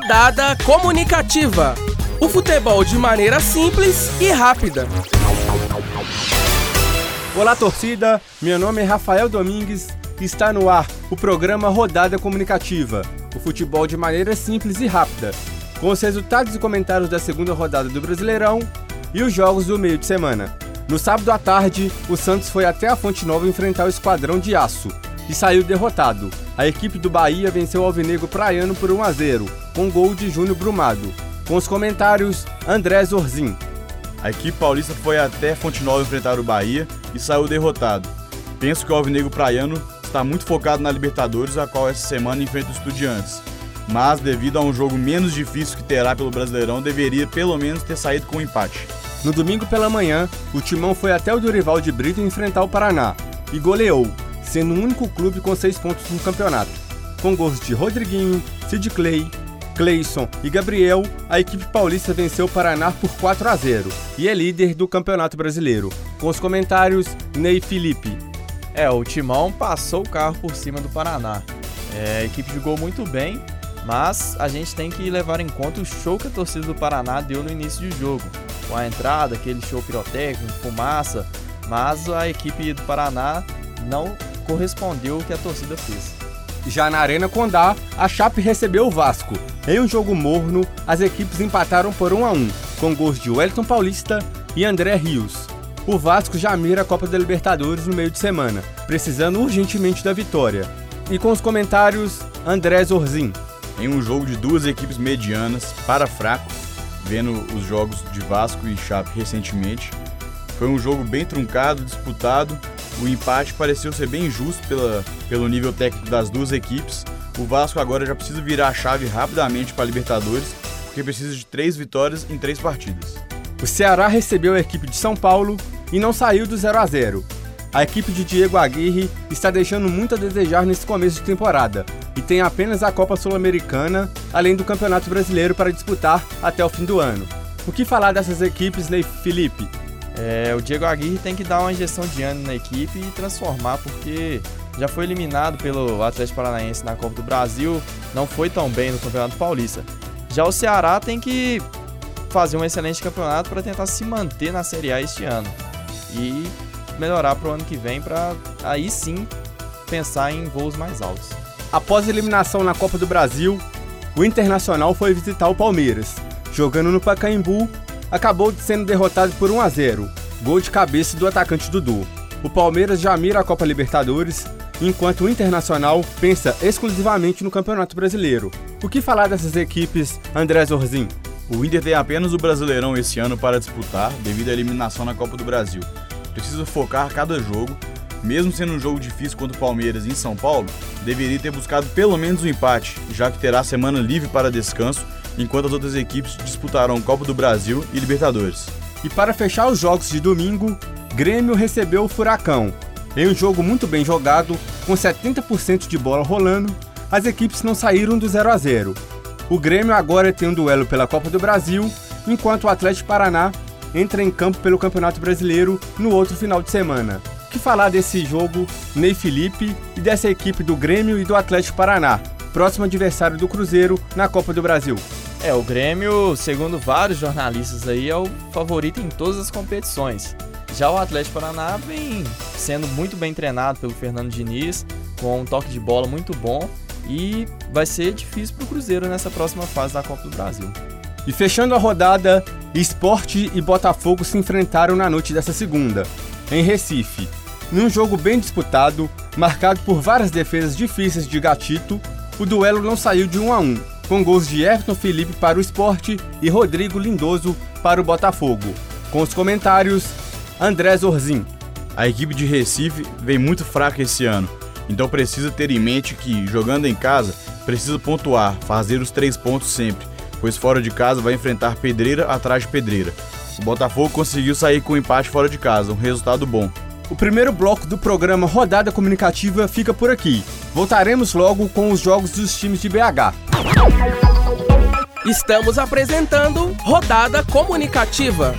Rodada Comunicativa. O futebol de maneira simples e rápida. Olá, torcida! Meu nome é Rafael Domingues e está no ar o programa Rodada Comunicativa. O futebol de maneira simples e rápida, com os resultados e comentários da segunda rodada do Brasileirão e os jogos do meio de semana. No sábado à tarde, o Santos foi até a Fonte Nova enfrentar o Esquadrão de Aço e saiu derrotado. A equipe do Bahia venceu o Alvinegro Praiano por 1-0, com gol de Júnior Brumado. Com os comentários, André Zorzin. A equipe paulista foi até Fonte Nova enfrentar o Bahia e saiu derrotado. Penso que o Alvinegro Praiano está muito focado na Libertadores, a qual essa semana enfrenta o Estudiantes. Mas, devido a um jogo menos difícil que terá pelo Brasileirão, deveria pelo menos ter saído com um empate. No domingo pela manhã, o Timão foi até o Dorival de Brito enfrentar o Paraná e goleou, sendo o único clube com 6 pontos no campeonato. Com gols de Rodriguinho, Sid Clay, Cleison e Gabriel, a equipe paulista venceu o Paraná por 4-0 e é líder do Campeonato Brasileiro. Com os comentários, Ney Felipe. O Timão passou o carro por cima do Paraná. A equipe jogou muito bem, mas a gente tem que levar em conta o show que a torcida do Paraná deu no início do jogo. Com a entrada, aquele show pirotécnico, fumaça, mas a equipe do Paraná não correspondeu ao que a torcida fez. Já na Arena Condá, a Chape recebeu o Vasco. Em um jogo morno, as equipes empataram por 1-1, com gols de Wellington Paulista e André Rios. O Vasco já mira a Copa da Libertadores no meio de semana, precisando urgentemente da vitória. E com os comentários, André Zorzin. Em um jogo de duas equipes medianas, para fracos, vendo os jogos de Vasco e Chape recentemente, foi um jogo bem truncado, disputado. O empate pareceu ser bem justo pelo nível técnico das duas equipes. O Vasco agora já precisa virar a chave rapidamente para a Libertadores, porque precisa de 3 vitórias em 3 partidas. O Ceará recebeu a equipe de São Paulo e não saiu do 0-0. A equipe de Diego Aguirre está deixando muito a desejar nesse começo de temporada e tem apenas a Copa Sul-Americana, além do Campeonato Brasileiro para disputar até o fim do ano. O que falar dessas equipes, Ney Felipe? O Diego Aguirre tem que dar uma injeção de ânimo na equipe e transformar, porque já foi eliminado pelo Atlético Paranaense na Copa do Brasil, não foi tão bem no Campeonato Paulista. Já o Ceará tem que fazer um excelente campeonato para tentar se manter na Série A este ano e melhorar para o ano que vem, para aí sim pensar em voos mais altos. Após a eliminação na Copa do Brasil, o Internacional foi visitar o Palmeiras. Jogando no Pacaembu, acabou sendo derrotado por 1-0, gol de cabeça do atacante Dudu. O Palmeiras já mira a Copa Libertadores, enquanto o Internacional pensa exclusivamente no Campeonato Brasileiro. O que falar dessas equipes, André Zorzin? O Inter tem apenas o Brasileirão esse ano para disputar, devido à eliminação na Copa do Brasil. Precisa focar cada jogo. Mesmo sendo um jogo difícil contra o Palmeiras em São Paulo, deveria ter buscado pelo menos um empate, já que terá semana livre para descanso, enquanto as outras equipes disputarão Copa do Brasil e Libertadores. E para fechar os jogos de domingo, Grêmio recebeu o Furacão. Em um jogo muito bem jogado, com 70% de bola rolando, as equipes não saíram do 0-0. O Grêmio agora tem um duelo pela Copa do Brasil, enquanto o Atlético Paraná entra em campo pelo Campeonato Brasileiro no outro final de semana. O que falar desse jogo, Ney Felipe, e dessa equipe do Grêmio e do Atlético Paraná, próximo adversário do Cruzeiro na Copa do Brasil? O Grêmio, segundo vários jornalistas aí, é o favorito em todas as competições. Já o Atlético Paraná vem sendo muito bem treinado pelo Fernando Diniz, com um toque de bola muito bom, e vai ser difícil para o Cruzeiro nessa próxima fase da Copa do Brasil. E fechando a rodada, Sport e Botafogo se enfrentaram na noite dessa segunda, em Recife. Num jogo bem disputado, marcado por várias defesas difíceis de Gatito, o duelo não saiu de 1-1, com gols de Everton Felipe para o Sport e Rodrigo Lindoso para o Botafogo. Com os comentários, André Zorzin. A equipe de Recife vem muito fraca esse ano, então precisa ter em mente que, jogando em casa, precisa pontuar, fazer os 3 pontos sempre, pois fora de casa vai enfrentar pedreira atrás de pedreira. O Botafogo conseguiu sair com um empate fora de casa, um resultado bom. O primeiro bloco do programa Rodada Comunicativa fica por aqui. Voltaremos logo com os jogos dos times de BH. Estamos apresentando Rodada Comunicativa.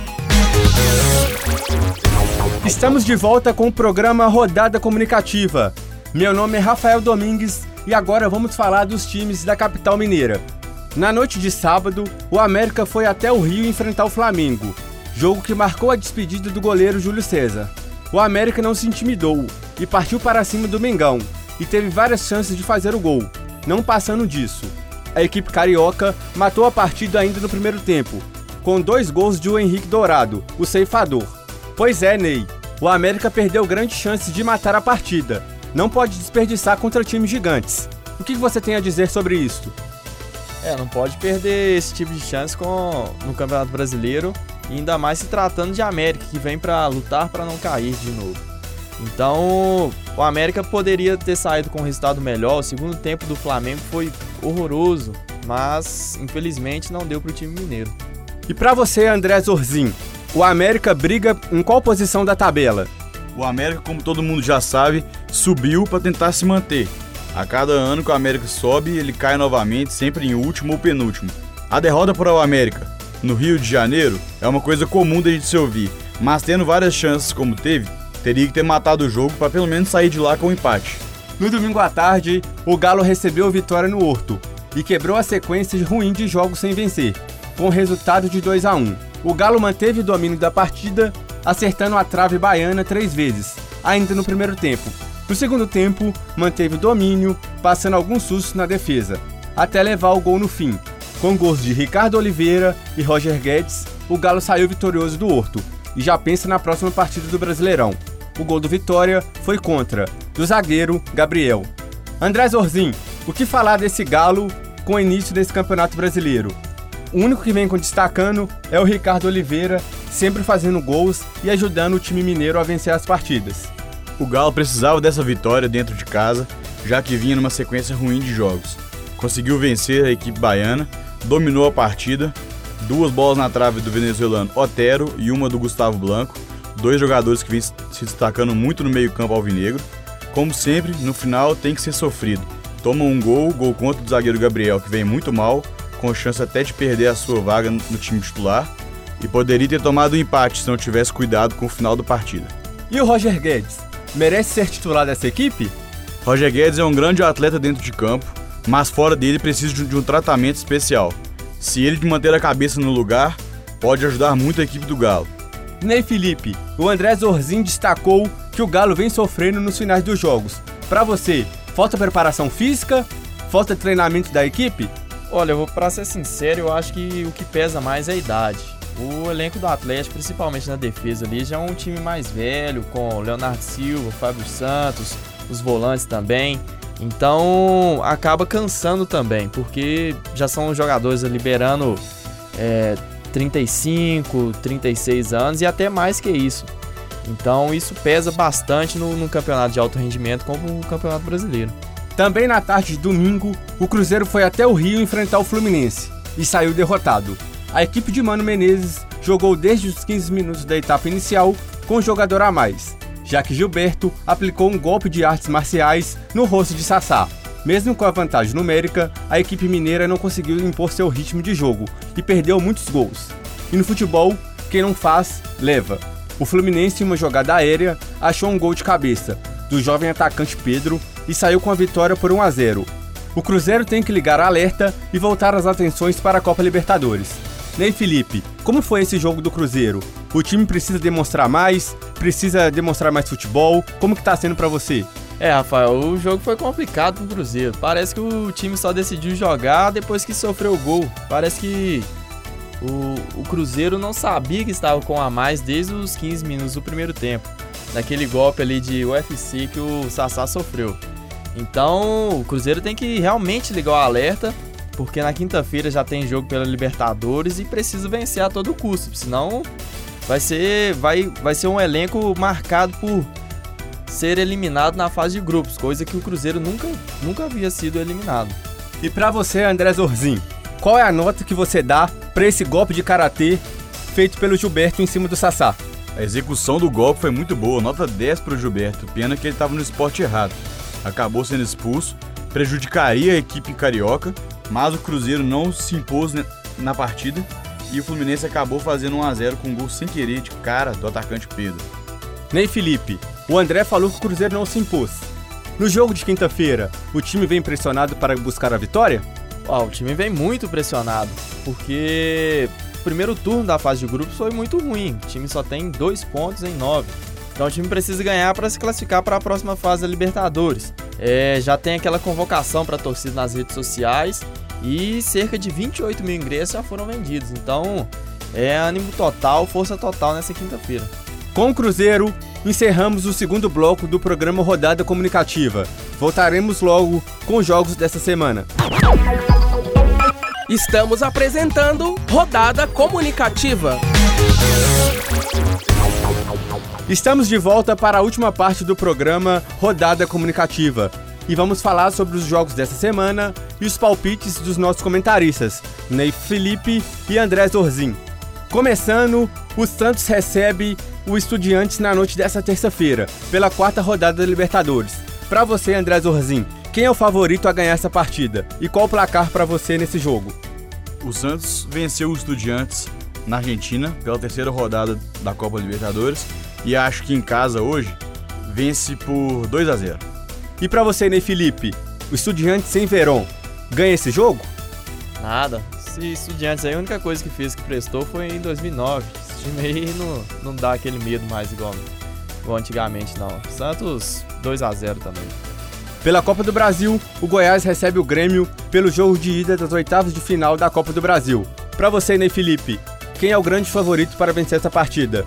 Estamos de volta com o programa Rodada Comunicativa. Meu nome é Rafael Domingues e agora vamos falar dos times da capital mineira. Na noite de sábado, o América foi até o Rio enfrentar o Flamengo, jogo que marcou a despedida do goleiro Júlio César. O América não se intimidou e partiu para cima do Mengão e teve várias chances de fazer o gol, não passando disso. A equipe carioca matou a partida ainda no primeiro tempo, com 2 gols de Henrique Dourado, o ceifador. Pois é, Ney, o América perdeu grandes chances de matar a partida. Não pode desperdiçar contra times gigantes. O que você tem a dizer sobre isso? Não pode perder esse tipo de chance no Campeonato Brasileiro, e ainda mais se tratando de América, que vem para lutar para não cair de novo. Então, o América poderia ter saído com um resultado melhor. O segundo tempo do Flamengo foi horroroso, mas infelizmente não deu para o time mineiro. E para você, André Zorzin, o América briga em qual posição da tabela? O América, como todo mundo já sabe, subiu para tentar se manter. A cada ano que o América sobe, ele cai novamente, sempre em último ou penúltimo. A derrota para o América no Rio de Janeiro é uma coisa comum da gente se ouvir, mas tendo várias chances como teve, teria que ter matado o jogo para pelo menos sair de lá com um empate. No domingo à tarde, o Galo recebeu vitória no Horto e quebrou a sequência ruim de jogos sem vencer, com o resultado de 2-1. O Galo manteve o domínio da partida, acertando a trave baiana 3 vezes, ainda no primeiro tempo. No segundo tempo, manteve o domínio, passando alguns sustos na defesa, até levar o gol no fim. Com gols de Ricardo Oliveira e Roger Guedes, o Galo saiu vitorioso do Horto e já pensa na próxima partida do Brasileirão. O gol do Vitória foi contra, do zagueiro Gabriel. André Zorzin, o que falar desse Galo com o início desse Campeonato Brasileiro? O único que vem destacando é o Ricardo Oliveira, sempre fazendo gols e ajudando o time mineiro a vencer as partidas. O Galo precisava dessa vitória dentro de casa, já que vinha numa sequência ruim de jogos. Conseguiu vencer a equipe baiana, dominou a partida, 2 bolas na trave do venezuelano Otero e uma do Gustavo Blanco, 2 jogadores que vêm se destacando muito no meio-campo alvinegro. Como sempre, no final tem que ser sofrido. Toma um gol contra do zagueiro Gabriel, que vem muito mal, com chance até de perder a sua vaga no time titular, e poderia ter tomado um empate se não tivesse cuidado com o final da partida. E o Roger Guedes? Merece ser titular dessa equipe? Roger Guedes é um grande atleta dentro de campo, mas fora dele precisa de um tratamento especial. Se ele manter a cabeça no lugar, pode ajudar muito a equipe do Galo. Ney Felipe, o André Zorzin destacou que o Galo vem sofrendo nos finais dos jogos. Para você, falta preparação física? Falta treinamento da equipe? Olha, pra ser sincero, eu acho que o que pesa mais é a idade. O elenco do Atlético, principalmente na defesa ali, já é um time mais velho, com Leonardo Silva, Fábio Santos, os volantes também. Então, acaba cansando também, porque já são jogadores liberando 35, 36 anos e até mais que isso. Então, isso pesa bastante no campeonato de alto rendimento, como o Campeonato Brasileiro. Também na tarde de domingo, o Cruzeiro foi até o Rio enfrentar o Fluminense e saiu derrotado. A equipe de Mano Menezes jogou desde os 15 minutos da etapa inicial com um jogador a mais, já que Gilberto aplicou um golpe de artes marciais no rosto de Sassá. Mesmo com a vantagem numérica, a equipe mineira não conseguiu impor seu ritmo de jogo e perdeu muitos gols. E no futebol, quem não faz, leva. O Fluminense, em uma jogada aérea, achou um gol de cabeça do jovem atacante Pedro e saiu com a vitória por 1-0. O Cruzeiro tem que ligar alerta e voltar as atenções para a Copa Libertadores. Ney Felipe, como foi esse jogo do Cruzeiro? O time precisa demonstrar mais? Precisa demonstrar mais futebol? Como que tá sendo pra você? Rafael, o jogo foi complicado pro Cruzeiro. Parece que o time só decidiu jogar depois que sofreu o gol. Parece que o Cruzeiro não sabia que estava com a mais desde os 15 minutos do primeiro tempo. Naquele golpe ali de UFC que o Sassá sofreu. Então, o Cruzeiro tem que realmente ligar o alerta, porque na quinta-feira já tem jogo pela Libertadores e precisa vencer a todo custo, senão vai ser um elenco marcado por ser eliminado na fase de grupos, coisa que o Cruzeiro nunca havia sido eliminado. E pra você, André Zorzin, qual é a nota que você dá pra esse golpe de karatê feito pelo Gilberto em cima do Sassá? A execução do golpe foi muito boa, nota 10 pro Gilberto, pena que ele estava no esporte errado. Acabou sendo expulso, prejudicaria a equipe carioca, mas o Cruzeiro não se impôs na partida e o Fluminense acabou fazendo 1-0 com um gol sem querer de cara do atacante Pedro. Ney Felipe, o André falou que o Cruzeiro não se impôs. No jogo de quinta-feira, o time vem pressionado para buscar a vitória? O time vem muito pressionado, porque o primeiro turno da fase de grupos foi muito ruim. O time só tem 2 pontos em 9. Então o time precisa ganhar para se classificar para a próxima fase da Libertadores. Já tem aquela convocação para a torcida nas redes sociais e cerca de 28 mil ingressos já foram vendidos. Então é ânimo total, força total nessa quinta-feira. Com o Cruzeiro, encerramos o segundo bloco do programa Rodada Comunicativa. Voltaremos logo com os jogos dessa semana. Estamos apresentando Rodada Comunicativa. Estamos de volta para a última parte do programa Rodada Comunicativa e vamos falar sobre os jogos dessa semana e os palpites dos nossos comentaristas, Ney Felipe e André Zorzin. Começando, o Santos recebe o Estudiantes na noite dessa terça-feira, pela 4ª rodada da Libertadores. Para você, André Zorzin, quem é o favorito a ganhar essa partida e qual o placar para você nesse jogo? O Santos venceu o Estudiantes na Argentina pela 3ª rodada da Copa Libertadores e acho que em casa hoje vence por 2-0. E para você, Ney Felipe, o Estudiantes sem Verón ganha esse jogo? Nada. Esse Estudiantes aí, a única coisa que fez que prestou foi em 2009. Esse time aí não dá aquele medo mais igual antigamente, não. Santos 2-0 também. Pela Copa do Brasil, o Goiás recebe o Grêmio pelo jogo de ida das oitavas de final da Copa do Brasil. Para você, Ney Felipe, quem é o grande favorito para vencer essa partida?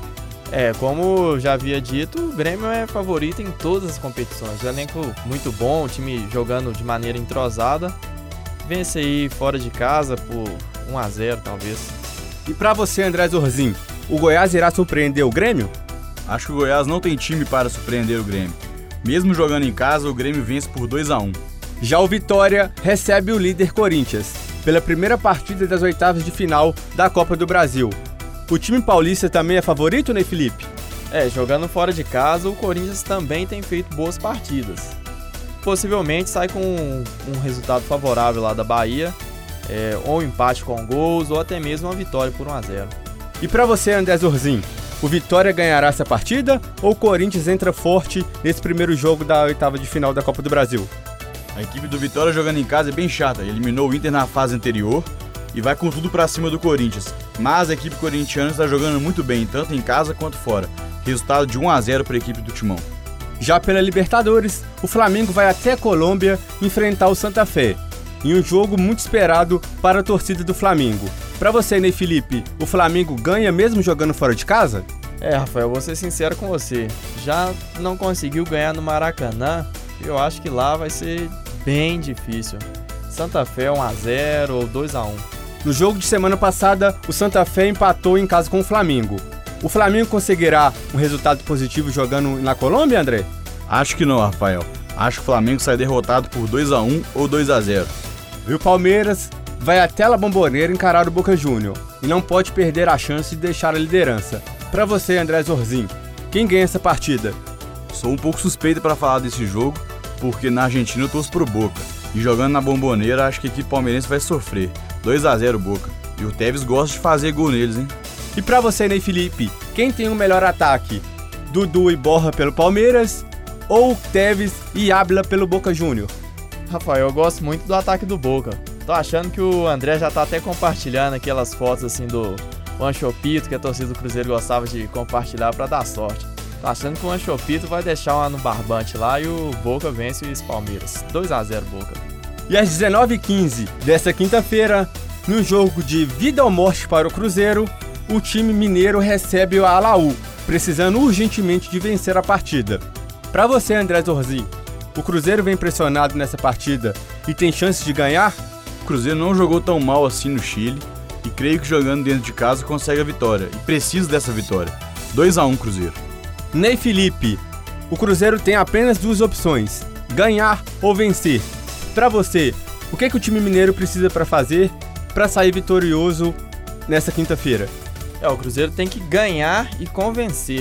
Como já havia dito, o Grêmio é favorito em todas as competições. Um elenco muito bom, o time jogando de maneira entrosada. Vence aí fora de casa por 1-0, talvez. E para você, André Zorzin, o Goiás irá surpreender o Grêmio? Acho que o Goiás não tem time para surpreender o Grêmio. Mesmo jogando em casa, o Grêmio vence por 2-1. Já o Vitória recebe o líder Corinthians, pela primeira partida das oitavas de final da Copa do Brasil. O time paulista também é favorito, Ney Felipe? Jogando fora de casa, o Corinthians também tem feito boas partidas. Possivelmente sai com um resultado favorável lá da Bahia, ou um empate com gols, ou até mesmo uma vitória por 1-0. E para você, André Zorzin, o Vitória ganhará essa partida ou o Corinthians entra forte nesse primeiro jogo da oitava de final da Copa do Brasil? A equipe do Vitória jogando em casa é bem chata, eliminou o Inter na fase anterior e vai com tudo para cima do Corinthians. Mas a equipe corintiana está jogando muito bem, tanto em casa quanto fora. Resultado de 1-0 para a equipe do Timão. Já pela Libertadores, o Flamengo vai até a Colômbia enfrentar o Santa Fé, em um jogo muito esperado para a torcida do Flamengo. Para você, Ney Felipe, o Flamengo ganha mesmo jogando fora de casa? Rafael, vou ser sincero com você. Já não conseguiu ganhar no Maracanã, eu acho que lá vai ser bem difícil. Santa Fé 1-0 ou 2-1. No jogo de semana passada, o Santa Fé empatou em casa com o Flamengo. O Flamengo conseguirá um resultado positivo jogando na Colômbia, André? Acho que não, Rafael. Acho que o Flamengo sai derrotado por 2-1 ou 2-0. E o Palmeiras vai até a La Bombonera encarar o Boca Júnior e não pode perder a chance de deixar a liderança. Para você, André Zorzin, quem ganha essa partida? Sou um pouco suspeito para falar desse jogo, porque na Argentina eu torço pro Boca. E jogando na Bombonera, acho que a equipe palmeirense vai sofrer. 2-0 Boca. E o Tevez gosta de fazer gol neles, hein? E para você, Ney Felipe, quem tem o melhor ataque? Dudu e Borja pelo Palmeiras ou Tevez e Ábila pelo Boca Júnior? Rafael, eu gosto muito do ataque do Boca. Tô achando que o André já tá até compartilhando aquelas fotos assim do Anchopito que a torcida do Cruzeiro gostava de compartilhar para dar sorte. Tô achando que o Anchopito vai deixar uma no barbante lá e o Boca vence os Palmeiras. 2-0 Boca. E às 19h15 desta quinta-feira, no jogo de vida ou morte para o Cruzeiro, o time mineiro recebe o Alaú, precisando urgentemente de vencer a partida. Para você, André Zorzin, o Cruzeiro vem pressionado nessa partida e tem chances de ganhar? O Cruzeiro não jogou tão mal assim no Chile e creio que jogando dentro de casa consegue a vitória e precisa dessa vitória. 2-1 Cruzeiro. Ney Felipe, o Cruzeiro tem apenas 2 opções, ganhar ou vencer. Para você, o que o time mineiro precisa para fazer para sair vitorioso nessa quinta-feira? O Cruzeiro tem que ganhar e convencer.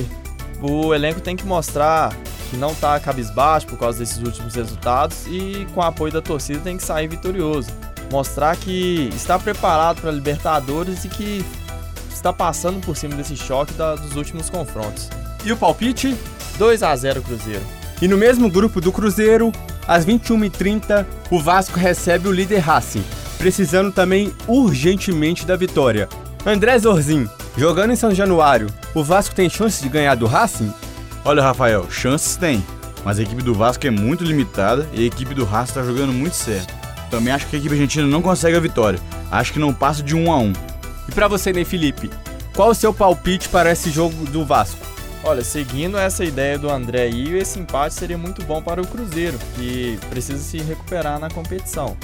O elenco tem que mostrar que não está cabisbaixo por causa desses últimos resultados e com o apoio da torcida tem que sair vitorioso. Mostrar que está preparado para a Libertadores e que está passando por cima desse choque dos últimos confrontos. E o palpite? 2-0 Cruzeiro. E no mesmo grupo do Cruzeiro, às 21h30, o Vasco recebe o líder Racing. precisando também urgentemente da vitória. André Zorzin, jogando em São Januário, o Vasco tem chance de ganhar do Racing? Olha, Rafael, chances tem, mas a equipe do Vasco é muito limitada e a equipe do Racing está jogando muito certo. Também acho que a equipe argentina não consegue a vitória, acho que não passa de 1-1. E para você, Ney Felipe, qual o seu palpite para esse jogo do Vasco? Olha, seguindo essa ideia do André aí, esse empate seria muito bom para o Cruzeiro, que precisa se recuperar na competição.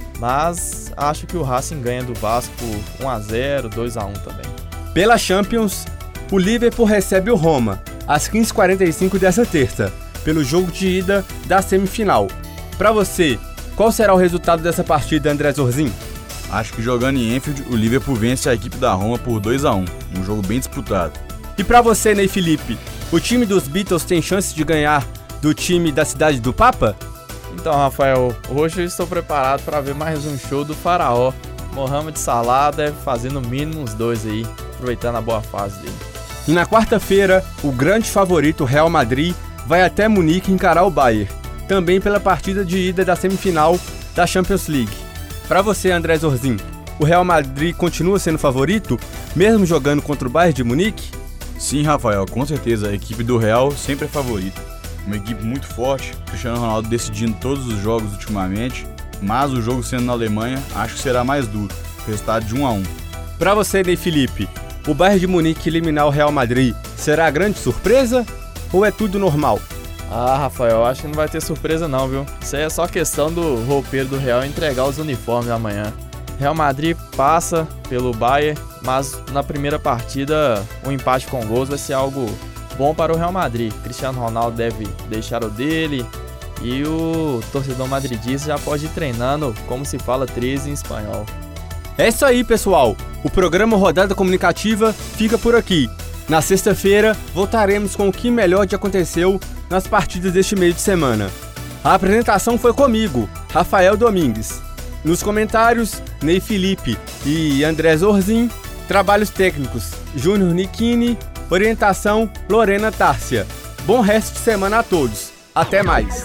Mas acho que o Racing ganha do Vasco por 1-0, 2-1 também. Pela Champions, o Liverpool recebe o Roma, às 15h45 dessa terça, pelo jogo de ida da semifinal. Para você, qual será o resultado dessa partida, André Zorzin? Acho que jogando em Anfield, o Liverpool vence a equipe da Roma por 2-1, um jogo bem disputado. E para você, Ney Felipe, o time dos Beatles tem chance de ganhar do time da Cidade do Papa? Então, Rafael, hoje eu estou preparado para ver mais um show do Faraó. Mohamed Salah deve fazer no mínimo uns 2 aí, aproveitando a boa fase dele. E na quarta-feira, o grande favorito Real Madrid vai até Munique encarar o Bayern, também pela partida de ida da semifinal da Champions League. Para você, André Zorzin, o Real Madrid continua sendo favorito, mesmo jogando contra o Bayern de Munique? Sim, Rafael, com certeza, a equipe do Real sempre é favorita. Uma equipe muito forte, Cristiano Ronaldo decidindo todos os jogos ultimamente, mas o jogo sendo na Alemanha, acho que será mais duro, resultado de 1-1. Para você, Ney Felipe, o Bayern de Munique eliminar o Real Madrid será a grande surpresa ou é tudo normal? Ah, Rafael, acho que não vai ter surpresa não, viu? Isso aí é só questão do roupeiro do Real entregar os uniformes amanhã. Real Madrid passa pelo Bayern, mas na primeira partida o empate com gols vai ser algo bom para o Real Madrid. Cristiano Ronaldo deve deixar o dele e o torcedor madridista já pode ir treinando como se fala 13 em espanhol. É isso aí, pessoal. O programa Rodada Comunicativa fica por aqui. Na sexta-feira, voltaremos com o que melhor de aconteceu nas partidas deste meio de semana. A apresentação foi comigo, Rafael Domingues. Nos comentários, Ney Felipe e André Zorzin. Trabalhos técnicos, Júnior Nichini. Orientação, Lorena Tárcia. Bom resto de semana a todos. Até mais.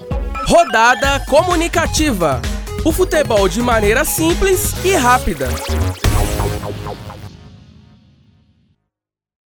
Rodada Comunicativa. O futebol de maneira simples e rápida.